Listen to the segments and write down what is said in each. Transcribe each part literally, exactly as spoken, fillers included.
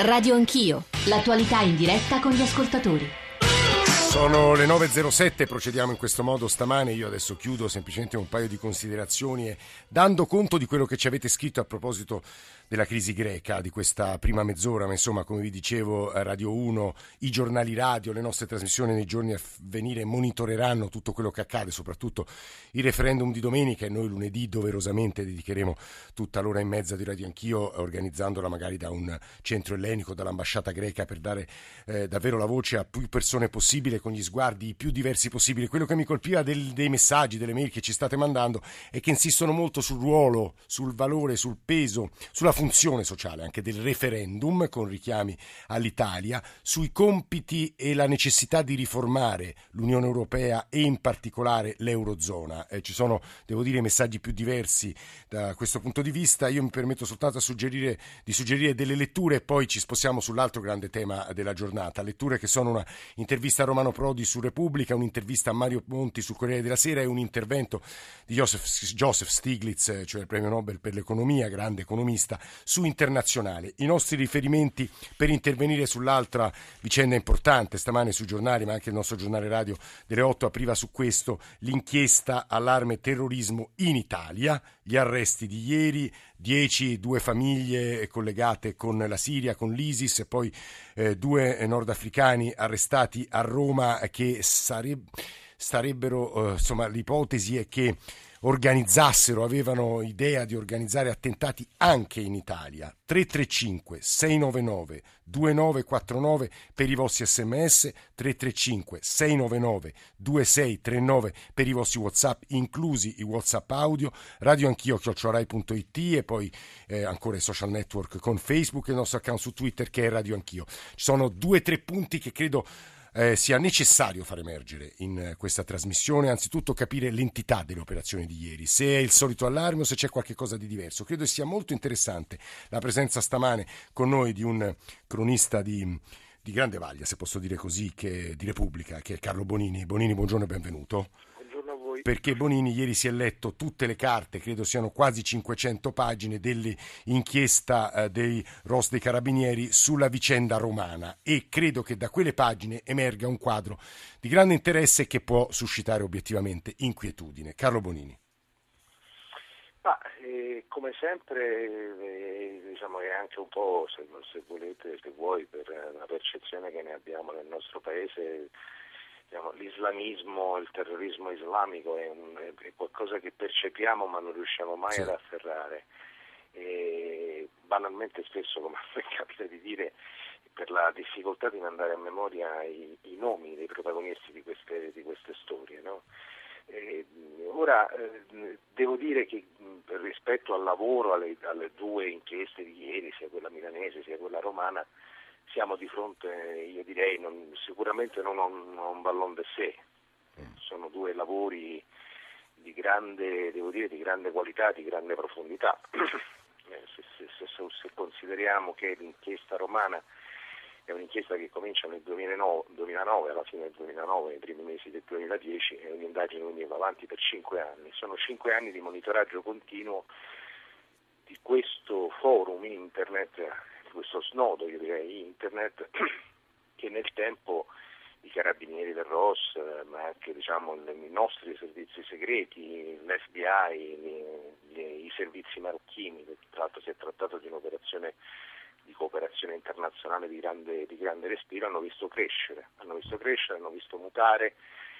Radio Anch'io, l'attualità in diretta con gli ascoltatori. Sono le nove e zero sette, procediamo in questo modo stamane. Io adesso chiudo semplicemente un paio di considerazioni e dando conto di quello che ci avete scritto a proposito della crisi greca, di questa prima mezz'ora, ma insomma, come vi dicevo, Radio uno, i giornali radio, le nostre trasmissioni nei giorni a venire monitoreranno tutto quello che accade, soprattutto il referendum di domenica, e noi lunedì doverosamente dedicheremo tutta l'ora e mezza di Radio Anch'io, organizzandola magari da un centro ellenico, dall'ambasciata greca, per dare eh, davvero la voce a più persone possibile, con gli sguardi più diversi possibili. Quello che mi colpiva del, dei messaggi, delle mail che ci state mandando, è che insistono molto sul ruolo, sul valore, sul peso, sulla funzione sociale anche del referendum, con richiami all'Italia, sui compiti e la necessità di riformare l'Unione Europea e in particolare l'Eurozona. Eh, ci sono, devo dire, messaggi più diversi da questo punto di vista. Io mi permetto soltanto a suggerire, di suggerire delle letture e poi ci spostiamo sull'altro grande tema della giornata. Letture che sono una intervista a Romano Prodi su Repubblica, un'intervista a Mario Monti sul Corriere della Sera e un intervento di Joseph, Joseph Stiglitz, cioè il premio Nobel per l'economia, grande economista, su Internazionale. I nostri riferimenti per intervenire sull'altra vicenda importante stamane sui giornali, ma anche il nostro giornale radio delle otto apriva su questo: l'inchiesta allarme terrorismo in Italia, gli arresti di ieri, dieci, due famiglie collegate con la Siria, con l'ISIS, e poi eh, due nordafricani arrestati a Roma che sareb- sarebbero, eh, insomma, l'ipotesi è che organizzassero, avevano idea di organizzare attentati anche in Italia. Tre tre cinque sei nove nove due nove quattro nove per i vostri sms, tre tre cinque sei nove nove due sei tre nove per i vostri WhatsApp, inclusi i WhatsApp audio, radio anch'io chiocciola rai punto it, e poi eh, ancora i social network con Facebook e il nostro account su Twitter che è Radio Anch'io. Ci sono due o tre punti che credo Eh, sia necessario far emergere in eh, questa trasmissione. Anzitutto capire l'entità delle operazioni di ieri, se è il solito allarme o se c'è qualche cosa di diverso. Credo sia molto interessante la presenza stamane con noi di un cronista di, di grande vaglia, se posso dire così, che, di Repubblica, che è Carlo Bonini. Bonini, buongiorno e benvenuto. Perché Bonini ieri si è letto tutte le carte, credo siano quasi cinquecento pagine, dell'inchiesta eh, dei R O S dei Carabinieri sulla vicenda romana, e credo che da quelle pagine emerga un quadro di grande interesse che può suscitare obiettivamente inquietudine. Carlo Bonini. Ma, eh, come sempre, eh, diciamo che anche un po', se, se volete, se vuoi, per la percezione che ne abbiamo nel nostro paese, diciamo, l'islamismo, il terrorismo islamico è, un, è qualcosa che percepiamo ma non riusciamo mai sì. ad afferrare. E banalmente spesso, come a me capita di dire, per la difficoltà di mandare a memoria i, i nomi dei protagonisti di queste, di queste storie, no? E ora eh, devo dire che mh, rispetto al lavoro, alle, alle due inchieste di ieri, sia quella milanese sia quella romana, siamo di fronte, io direi, non, sicuramente non a un, a un ballon d'essai. Sono due lavori di grande, devo dire, di grande qualità, di grande profondità. se, se, se, se consideriamo che l'inchiesta romana è un'inchiesta che comincia nel duemilanove, alla fine del duemilanove, nei primi mesi del duemiladieci, è un'indagine che va avanti per cinque anni. Sono cinque anni di monitoraggio continuo di questo forum internet, di questo snodo, io direi, internet, che nel tempo i carabinieri del R O S, ma anche, diciamo, i nostri servizi segreti, l'F B I, gli, gli, i servizi marocchini, tra l'altro si è trattato di un'operazione di cooperazione internazionale di grande, di grande respiro, hanno visto crescere, hanno visto crescere, hanno visto mutare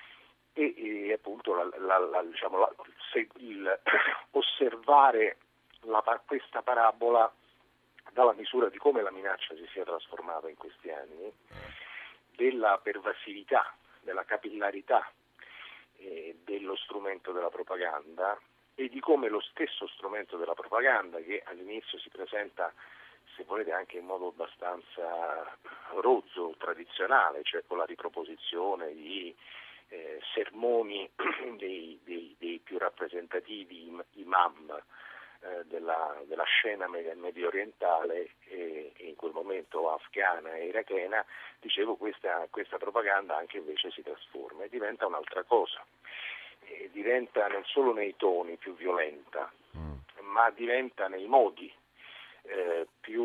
e, e appunto la, la, la, diciamo, la, se, il, osservare la, questa parabola dalla misura di come la minaccia si sia trasformata in questi anni, della pervasività, della capillarità eh, dello strumento della propaganda e di come lo stesso strumento della propaganda, che all'inizio si presenta, se volete, anche in modo abbastanza rozzo, tradizionale, cioè con la riproposizione di eh, sermoni dei, dei, dei più rappresentativi imam eh, della, della scena medio orientale e, e in quel momento afghana e irachena, dicevo, questa, questa propaganda anche invece si trasforma e diventa un'altra cosa. E diventa non solo nei toni più violenta, mm. ma diventa nei modi Eh, più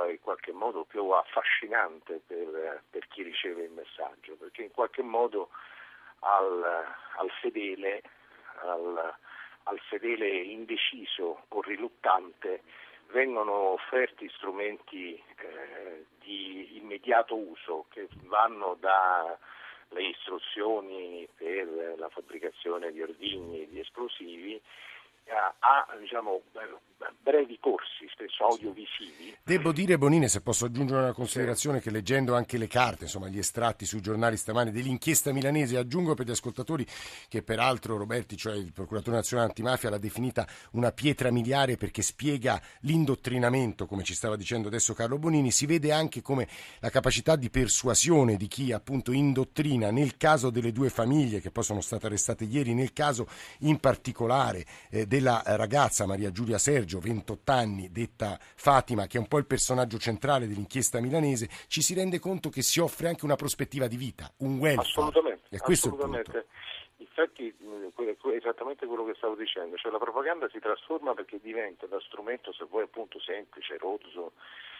in qualche modo più affascinante per, per chi riceve il messaggio, perché in qualche modo al, al fedele, al, al fedele indeciso o riluttante vengono offerti strumenti eh, di immediato uso che vanno dalle istruzioni per la fabbricazione di ordigni e di esplosivi a, a diciamo, brevi corsi, spesso audiovisivi. Devo dire, Bonini, se posso aggiungere una considerazione, che leggendo anche le carte, insomma gli estratti sui giornali stamani dell'inchiesta milanese, aggiungo per gli ascoltatori che peraltro Roberti, cioè il procuratore nazionale antimafia, l'ha definita una pietra miliare perché spiega l'indottrinamento, come ci stava dicendo adesso Carlo Bonini. Si vede anche come la capacità di persuasione di chi appunto indottrina, nel caso delle due famiglie che poi sono state arrestate ieri, nel caso in particolare eh, della ragazza Maria Giulia Sergio, ventotto anni, detta Fatima, che è un po' il personaggio centrale dell'inchiesta milanese, ci si rende conto che si offre anche una prospettiva di vita, un welfare. Assolutamente, e questo assolutamente. È il punto. Infatti è esattamente quello che stavo dicendo, cioè la propaganda si trasforma perché diventa da strumento, se vuoi, appunto semplice, rozzo,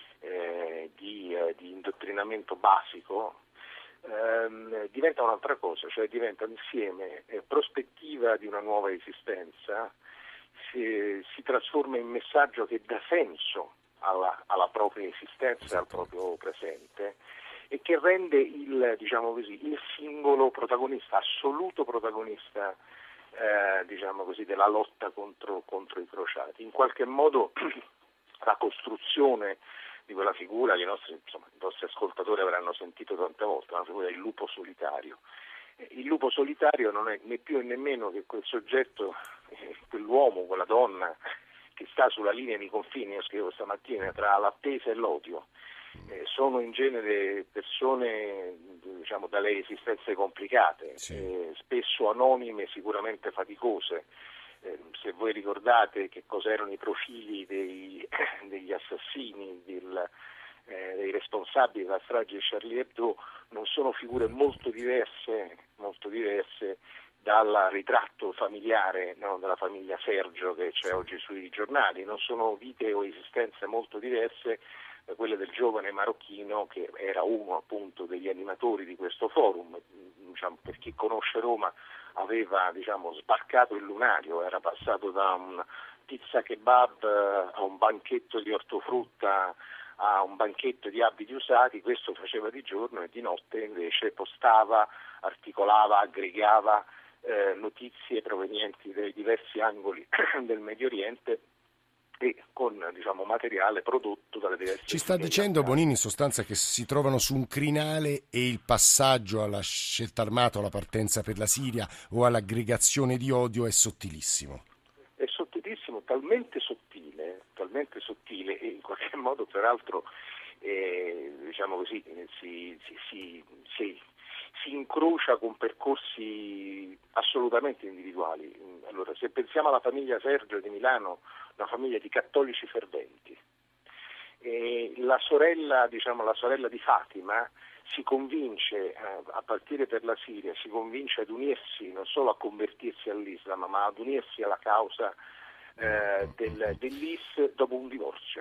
eh, di, eh, di indottrinamento basico, ehm, diventa un'altra cosa, cioè diventa insieme eh, prospettiva di una nuova esistenza, si, si trasforma in messaggio che dà senso alla, alla propria esistenza, al proprio presente, e che rende il, diciamo così, il singolo protagonista, assoluto protagonista eh, diciamo così, della lotta contro, contro i crociati. In qualche modo la costruzione di quella figura che i nostri, insomma, i nostri ascoltatori avranno sentito tante volte, la figura del lupo solitario. Il lupo solitario non è né più e nemmeno che quel soggetto, eh, quell'uomo, quella donna che sta sulla linea di confine, io scrivo stamattina, tra l'attesa e l'odio. Eh, sono in genere persone, diciamo, dalle esistenze complicate, sì. eh, spesso anonime, sicuramente faticose. Eh, se voi ricordate che cos'erano i profili dei, degli assassini, del, eh, dei responsabili della strage di Charlie Hebdo, non sono figure molto diverse, molto diverse dal ritratto familiare, no, della famiglia Sergio che c'è oggi sui giornali. Non sono vite o esistenze molto diverse da quelle del giovane marocchino che era uno appunto degli animatori di questo forum. Diciamo, per chi conosce Roma, aveva, diciamo, sbarcato il lunario, era passato da un pizza kebab a un banchetto di ortofrutta a un banchetto di abiti usati. Questo faceva di giorno e di notte invece postava, articolava, aggregava eh, notizie provenienti dai diversi angoli del Medio Oriente e con, diciamo, materiale prodotto dalle diverse... Ci sta dicendo Bonini in sostanza che si trovano su un crinale e il passaggio alla scelta armata o alla partenza per la Siria o all'aggregazione di odio è sottilissimo. È sottilissimo, talmente sottile, talmente sottile e in qualche modo peraltro eh, diciamo così si, si, si, si, si incrocia con percorsi assolutamente individuali. Allora, se pensiamo alla famiglia Sergio di Milano, una famiglia di cattolici ferventi, e la sorella, diciamo, la sorella di Fatima si convince, eh, a partire per la Siria, si convince ad unirsi, non solo a convertirsi all'Islam, ma ad unirsi alla causa eh, del, dell'I S dopo un divorzio,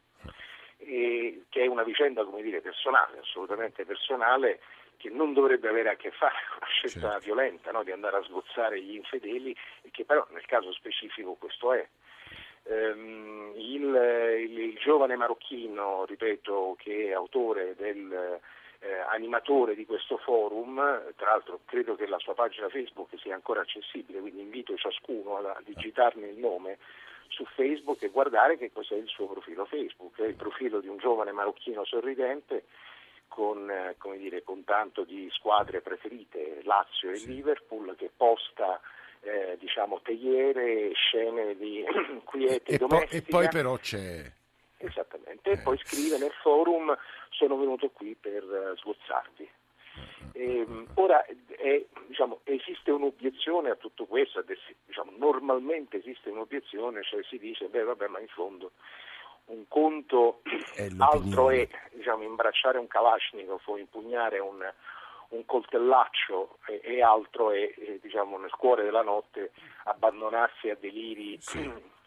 e, che è una vicenda, come dire, personale, assolutamente personale, che non dovrebbe avere a che fare con una scelta certo. violenta, no? Di andare a sgozzare gli infedeli, e che però nel caso specifico questo è. Um, il, il, il giovane marocchino, ripeto, che è autore del eh, animatore di questo forum, tra l'altro credo che la sua pagina Facebook sia ancora accessibile, quindi invito ciascuno a, a digitarne il nome su Facebook e guardare che cos'è il suo profilo Facebook. È il profilo di un giovane marocchino sorridente con, eh, come dire, con tanto di squadre preferite, Lazio e sì. Liverpool, che posta Eh, diciamo teiere, scene di quiete e, domestica. Po- e poi però c'è... Esattamente, e eh. poi scrive nel forum: sono venuto qui per uh, sgozzarvi. E, ora è, diciamo, esiste un'obiezione a tutto questo, diciamo, normalmente esiste un'obiezione, cioè si dice, beh vabbè, ma in fondo un conto è altro è, diciamo, imbracciare un Kalashnikov o impugnare un un coltellaccio e, e altro è, è, diciamo, nel cuore della notte abbandonarsi a deliri sì.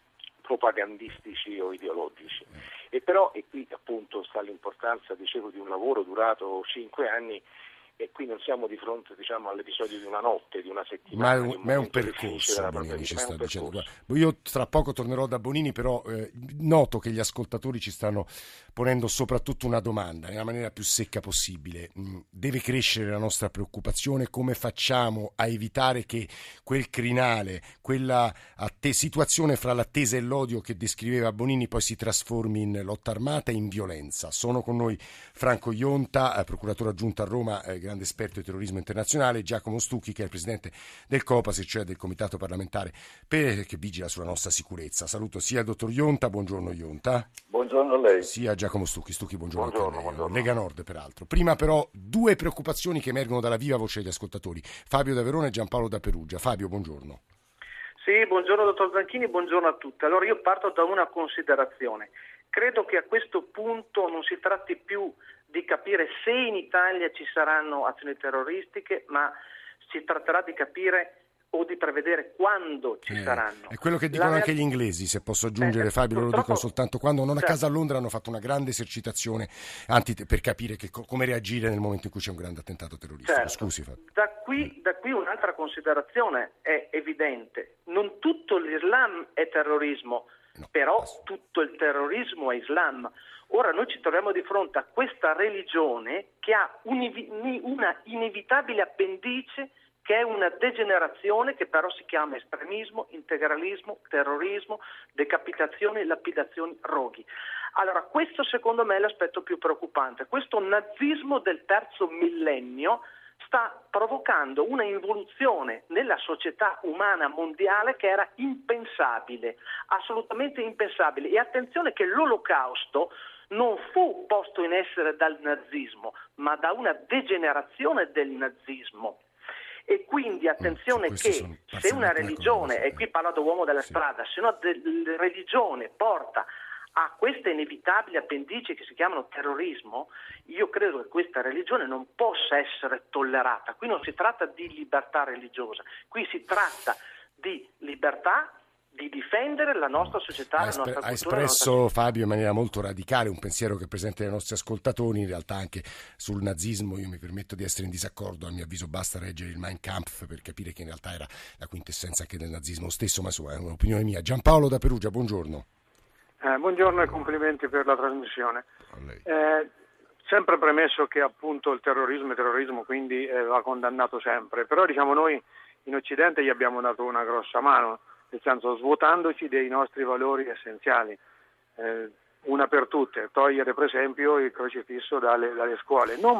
propagandistici o ideologici. E però, e qui appunto sta l'importanza, dicevo, di un lavoro durato cinque anni, e qui non siamo di fronte, diciamo, all'episodio di una notte, di una settimana. Ma, di un ma è un momento difficile percorso, della Bonini ci propria sta vita, ma è un dicendo. percorso. Guarda, io tra poco tornerò da Bonini, però eh, noto che gli ascoltatori ci stanno ponendo soprattutto una domanda, nella maniera più secca possibile. Mm, deve crescere la nostra preoccupazione? Come facciamo a evitare che quel crinale, quella atte- situazione fra l'attesa e l'odio che descriveva Bonini poi si trasformi in lotta armata e in violenza? Sono con noi Franco Ionta, eh, procuratore aggiunto a Roma, eh, grande esperto di terrorismo internazionale, Giacomo Stucchi, che è il presidente del COPASIR, cioè del Comitato Parlamentare per, che vigila sulla nostra sicurezza. Saluto sia il dottor Ionta, buongiorno Ionta. Buongiorno a lei. Sia Giacomo Stucchi. Stucchi, buongiorno, Buongiorno, anche a lei. buongiorno. Lega Nord, peraltro. Prima però due preoccupazioni che emergono dalla viva voce degli ascoltatori. Fabio da Verona e Giampaolo da Perugia. Fabio, buongiorno. Sì, buongiorno dottor Zanchini, buongiorno a tutti. Allora io parto da una considerazione. Credo che a questo punto non si tratti più di capire se in Italia ci saranno azioni terroristiche, ma si tratterà di capire o di prevedere quando ci Eh, saranno. È quello che dicono La anche real- gli inglesi, se posso aggiungere, Eh, Fabio, loro purtroppo- dicono soltanto quando, non a certo. caso a Londra hanno fatto una grande esercitazione anti- per capire che co- come reagire nel momento in cui c'è un grande attentato terroristico. Certo. Scusi Fabio. Da qui, da qui un'altra considerazione è evidente. Non tutto l'Islam è terrorismo, No, però ass- tutto il terrorismo è Islam. Ora noi ci troviamo di fronte a questa religione che ha univi- una inevitabile appendice, che è una degenerazione che però si chiama estremismo, integralismo, terrorismo, decapitazioni, lapidazioni, roghi. Allora questo secondo me è l'aspetto più preoccupante. Questo nazismo del terzo millennio sta provocando una involuzione nella società umana mondiale che era impensabile, assolutamente impensabile. E attenzione che l'Olocausto non fu posto in essere dal nazismo, ma da una degenerazione del nazismo. E quindi attenzione Mm, su questo che sono se parzialmente una d'accordo, religione, sì. e qui parlo da uomo della Sì. strada, se una de- religione porta a queste inevitabili appendici che si chiamano terrorismo, io credo che questa religione non possa essere tollerata. Qui non si tratta di libertà religiosa, qui si tratta di libertà di difendere la nostra società, Ha, la espre- nostra ha cultura. la nostra espresso Fabio in maniera molto radicale un pensiero che è presente nei nostri ascoltatori, in realtà anche sul nazismo. Io mi permetto di essere in disaccordo, a mio avviso basta leggere il Mein Kampf per capire che in realtà era la quintessenza anche del nazismo stesso, ma insomma è un'opinione mia. Giampaolo da Perugia, buongiorno. Eh, buongiorno e complimenti per la trasmissione. A lei. Eh, sempre premesso che appunto il terrorismo è terrorismo, quindi eh, va condannato sempre, però diciamo noi in Occidente gli abbiamo dato una grossa mano, nel senso svuotandoci dei nostri valori essenziali. Eh, una per tutte, togliere per esempio il crocifisso dalle, dalle scuole, non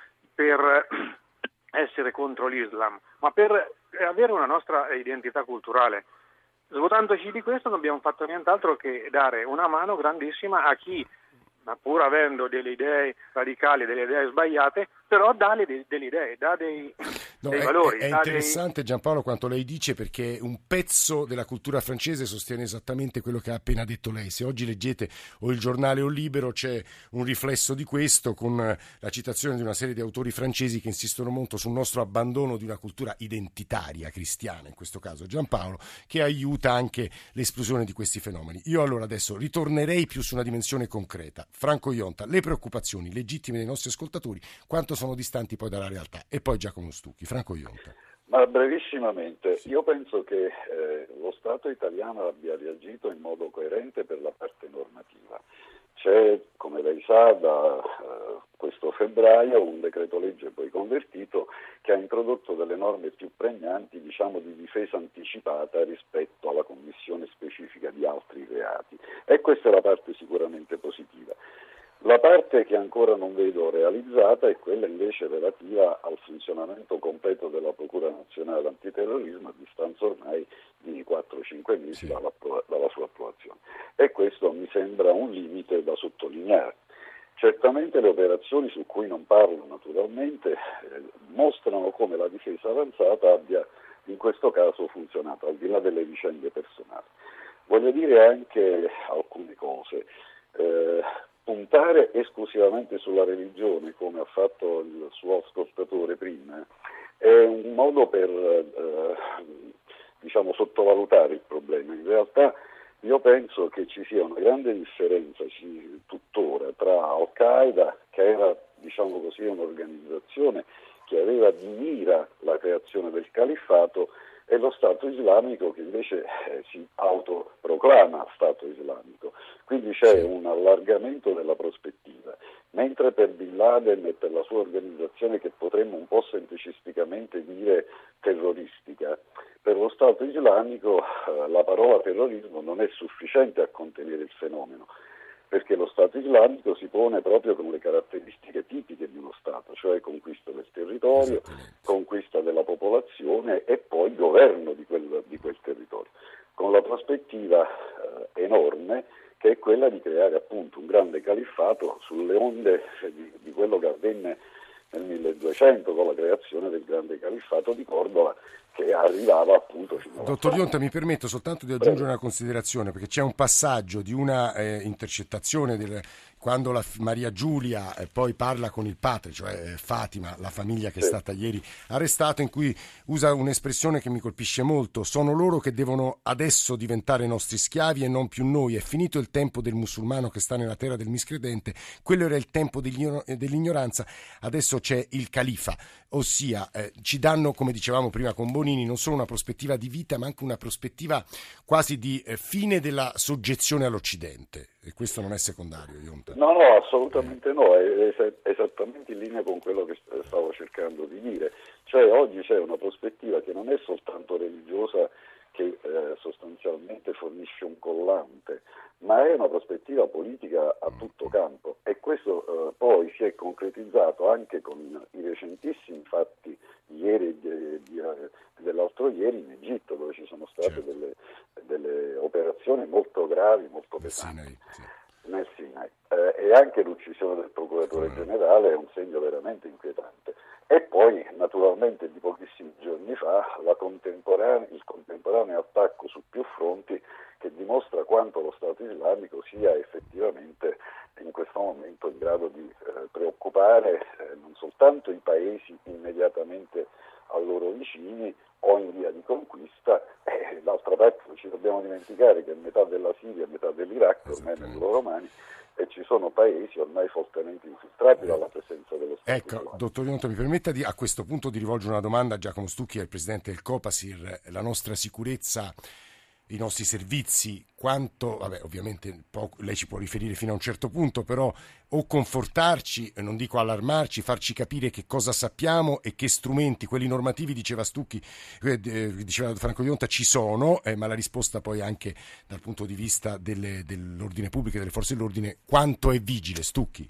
per essere contro l'Islam, ma per avere una nostra identità culturale. Svuotandoci di questo non abbiamo fatto nient'altro che dare una mano grandissima a chi, ma pur avendo delle idee radicali, delle idee sbagliate, però dà le, delle idee, dà dei, No, dei è, valori. è dà interessante Giampaolo quanto lei dice, perché un pezzo della cultura francese sostiene esattamente quello che ha appena detto lei. Se oggi leggete o il giornale o il Libero c'è un riflesso di questo, con la citazione di una serie di autori francesi che insistono molto sul nostro abbandono di una cultura identitaria cristiana, in questo caso Giampaolo, che aiuta anche l'esplosione di questi fenomeni. Io allora adesso ritornerei più su una dimensione concreta. Franco Ionta, le preoccupazioni legittime dei nostri ascoltatori, quanto sono distanti poi dalla realtà? E poi Giacomo Stucchi. Franco Ionta. Ma brevissimamente, io penso che eh, lo Stato italiano abbia reagito in modo coerente per la parte normativa. C'è, come lei sa, da eh, questo febbraio un decreto legge poi convertito che ha introdotto delle norme più pregnanti, diciamo, di difesa anticipata rispetto alla commissione specifica di altri reati, e questa è la parte sicuramente positiva. La parte che ancora non vedo realizzata è quella invece relativa al funzionamento completo della Procura Nazionale Antiterrorismo a distanza ormai di quattro cinque mesi Sì. dalla, dalla sua approvazione, e questo mi sembra un limite da sottolineare. Certamente le operazioni, su cui non parlo naturalmente, eh, mostrano come la difesa avanzata abbia in questo caso funzionato, al di là delle vicende personali. Voglio dire anche alcune cose. Eh, puntare esclusivamente sulla religione, come ha fatto il suo ascoltatore prima, è un modo per eh, diciamo sottovalutare il problema. In realtà io penso che ci sia una grande differenza ci, tuttora tra Al-Qaeda, che era, diciamo così, un'organizzazione che aveva di mira la creazione del califfato, e lo Stato islamico che invece eh, si autoproclama Stato islamico. Quindi c'è un allargamento della prospettiva, mentre per Bin Laden e per la sua organizzazione, che potremmo un po' semplicisticamente dire terroristica, per lo Stato islamico eh, la parola terrorismo non è sufficiente a contenere il fenomeno, perché lo Stato islamico si pone proprio con le caratteristiche tipiche di uno Stato, cioè conquista del territorio, conquista della popolazione e poi governo di quel, di quel territorio, con la prospettiva eh, enorme che è quella di creare appunto un grande califfato sulle onde di, di quello che avvenne nel milleduecento con la creazione del grande califfato di Cordoba, che arrivava appunto fino alla Dottor Ionta, mi permetto soltanto di aggiungere una considerazione, perché c'è un passaggio di una eh, intercettazione del, quando la Maria Giulia eh, poi parla con il padre, cioè eh, Fatima, la famiglia che è stata ieri arrestata, in cui usa un'espressione che mi colpisce molto: sono loro che devono adesso diventare nostri schiavi e non più noi, è finito il tempo del musulmano che sta nella terra del miscredente, quello era il tempo dell'ignoranza, adesso c'è il califa, ossia eh, ci danno, come dicevamo prima con Bonini, non solo una prospettiva di vita ma anche una prospettiva quasi di eh, fine della soggezione all'Occidente, e questo non è secondario, Ionta. No, no, assolutamente no, è esattamente in linea con quello che stavo cercando di dire, cioè oggi c'è una prospettiva che non è soltanto religiosa, che eh, sostanzialmente fornisce un collante, ma è una prospettiva politica a tutto campo, e questo eh, poi si è concretizzato anche con i recentissimi fatti ieri e di, di, dell'altro ieri in Egitto, dove ci sono state certo. delle, delle operazioni molto gravi, molto pesanti. Sinai, sì. Nel Sinai. Eh, e anche l'uccisione del procuratore mm. generale è un segno veramente inquietante. E poi naturalmente di pochissimi giorni fa la contemporanea, il contemporaneo attacco su più fronti, che dimostra quanto lo Stato islamico sia effettivamente in questo momento in grado di eh, preoccupare eh, non soltanto i paesi immediatamente a loro vicini o in via di conquista, e d'altra parte non ci dobbiamo dimenticare che metà della Siria e metà dell'Iraq ormai è nelle loro mani, e ci sono paesi ormai fortemente infiltrati dalla presenza dello Stato Ecco, islamico. dottor Ionta, mi permetta di, a questo punto di rivolgere una domanda a Giacomo Stucchi, che è il presidente del Copasir. La nostra sicurezza, i nostri servizi, quanto, vabbè, ovviamente poco, lei ci può riferire fino a un certo punto, però o confortarci, non dico allarmarci, farci capire che cosa sappiamo e che strumenti, quelli normativi, diceva Stucchi, eh, diceva Franco Ionta, ci sono, eh, ma la risposta poi anche dal punto di vista delle, dell'ordine pubblico e delle forze dell'ordine, quanto è vigile, Stucchi?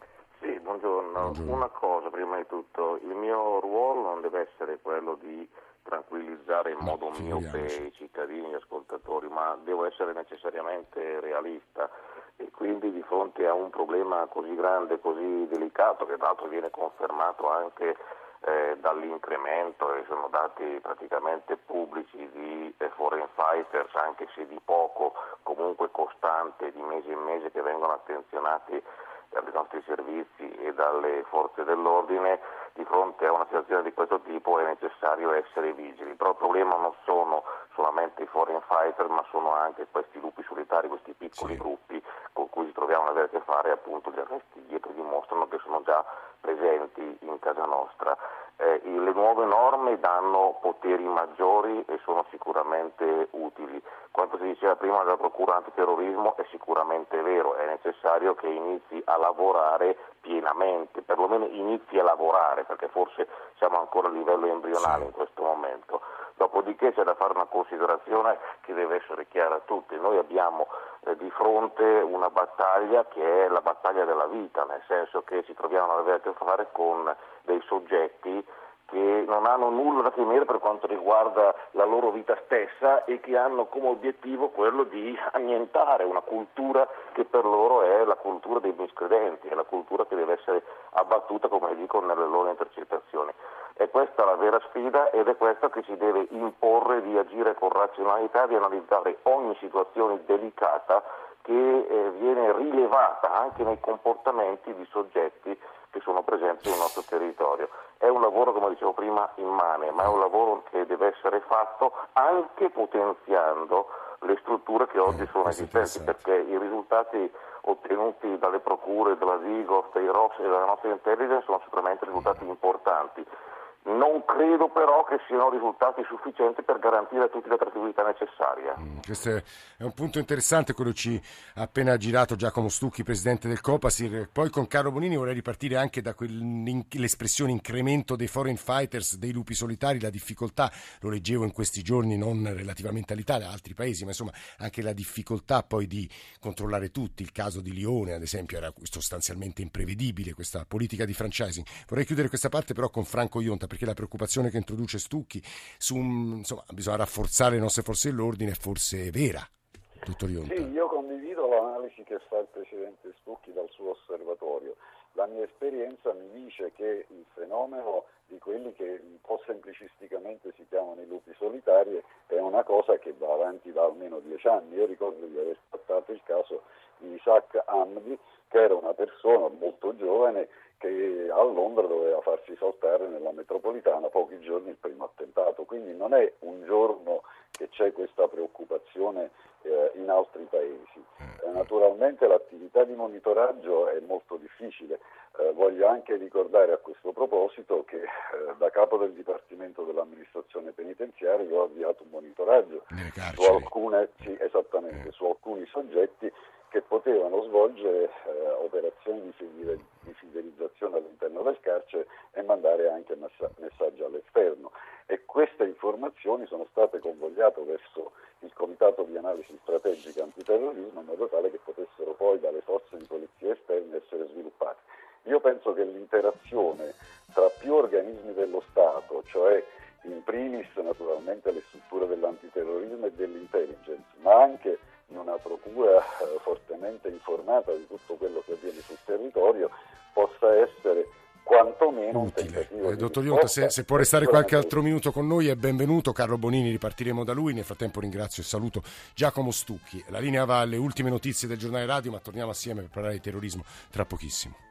Sì, buongiorno. buongiorno. Una cosa prima di tutto, il mio ruolo non deve essere quello di tranquillizzare in modo miope i cittadini e gli ascoltatori, ma devo essere necessariamente realista, e quindi di fronte a un problema così grande, così delicato, che tra l'altro viene confermato anche eh, dall'incremento, e sono dati praticamente pubblici, di eh, foreign fighters, anche se di poco, comunque costante, di mese in mese, che vengono attenzionati dai nostri servizi e dalle forze dell'ordine, di fronte a una situazione di questo tipo è necessario essere vigili. Però il problema non sono solamente i foreign fighter, ma sono anche questi lupi solitari, questi piccoli sì. gruppi con cui ci troviamo ad avere a che fare, appunto gli arresti dietro dimostrano che sono già presenti in casa nostra. Eh, le nuove norme danno poteri maggiori e sono sicuramente utili. Quanto si diceva prima della Procura antiterrorismo è sicuramente vero, è necessario che inizi a lavorare pienamente, perlomeno inizi a lavorare, perché forse siamo ancora a livello embrionale in questo momento. Dopodiché c'è da fare una considerazione che deve essere chiara a tutti. Noi abbiamo eh, di fronte una battaglia che è la battaglia della vita, nel senso che ci troviamo ad avere a che fare con dei soggetti che non hanno nulla da temere per quanto riguarda la loro vita stessa e che hanno come obiettivo quello di annientare una cultura che per loro è la cultura dei miscredenti, è la cultura che deve essere abbattuta, come dico, nelle loro intercettazioni. È questa la vera sfida, ed è questa che ci deve imporre di agire con razionalità, di analizzare ogni situazione delicata che eh, viene rilevata anche nei comportamenti di soggetti che sono presenti sul nostro territorio. È un lavoro, come dicevo prima, immane, ma è un lavoro che deve essere fatto anche potenziando le strutture che oggi eh, sono esistenti, perché i risultati ottenuti dalle procure, dalla Digos, dei R O S e dalla nostra intelligence sono sicuramente risultati importanti. Non credo però che siano risultati sufficienti per garantire a tutti la tracciabilità necessaria. Mm, questo è un punto interessante, quello ci ha appena girato Giacomo Stucchi, presidente del Copasir. Poi con Carlo Bonini vorrei ripartire anche da quell'espressione incremento dei foreign fighters, dei lupi solitari, la difficoltà, lo leggevo in questi giorni, non relativamente all'Italia, a altri paesi, ma insomma anche la difficoltà poi di controllare tutti. Il caso di Lione, ad esempio, era sostanzialmente imprevedibile, questa politica di franchising. Vorrei chiudere questa parte però con Franco Ionta, perché la preoccupazione che introduce Stucchi su, insomma, bisogna rafforzare le nostre forze dell'ordine è forse vera, dottor Ionta. Sì, io condivido l'analisi che fa il presidente Stucchi dal suo osservatorio. La mia esperienza mi dice che il fenomeno di quelli che un po' semplicisticamente si chiamano i lupi solitari è una cosa che va avanti da almeno dieci anni. Io ricordo di aver trattato il caso di Isaac Hamdi, che era una persona molto giovane che a Londra doveva farsi saltare nella metropolitana pochi giorni il primo attentato, quindi non è un giorno che c'è questa preoccupazione eh, in altri paesi. Eh, naturalmente l'attività di monitoraggio è molto difficile. Eh, voglio anche ricordare a questo proposito che eh, da capo del Dipartimento dell'Amministrazione Penitenziaria io ho avviato un monitoraggio su alcune, sì, esattamente, eh. su alcuni soggetti che potevano svolgere eh, operazioni di, fidel- di fidelizzazione all'interno del carcere e mandare anche messa- messaggi all'esterno. E queste informazioni sono state convogliate verso il Comitato di Analisi Strategica Antiterrorismo in modo tale che potessero poi dalle forze di polizia esterne essere sviluppate. Io penso che l'interazione tra più organismi dello Stato, cioè in primis naturalmente le strutture dell'antiterrorismo e dell'intelligence, ma anche in una procura eh, fortemente informata di tutto quello che avviene sul territorio, possa essere quantomeno un tentativo. Eh, dottor Ionta, se, se può restare qualche altro minuto con noi è benvenuto. Carlo Bonini, ripartiremo da lui. Nel frattempo ringrazio e saluto Giacomo Stucchi. La linea va alle ultime notizie del giornale radio, ma torniamo assieme per parlare di terrorismo tra pochissimo.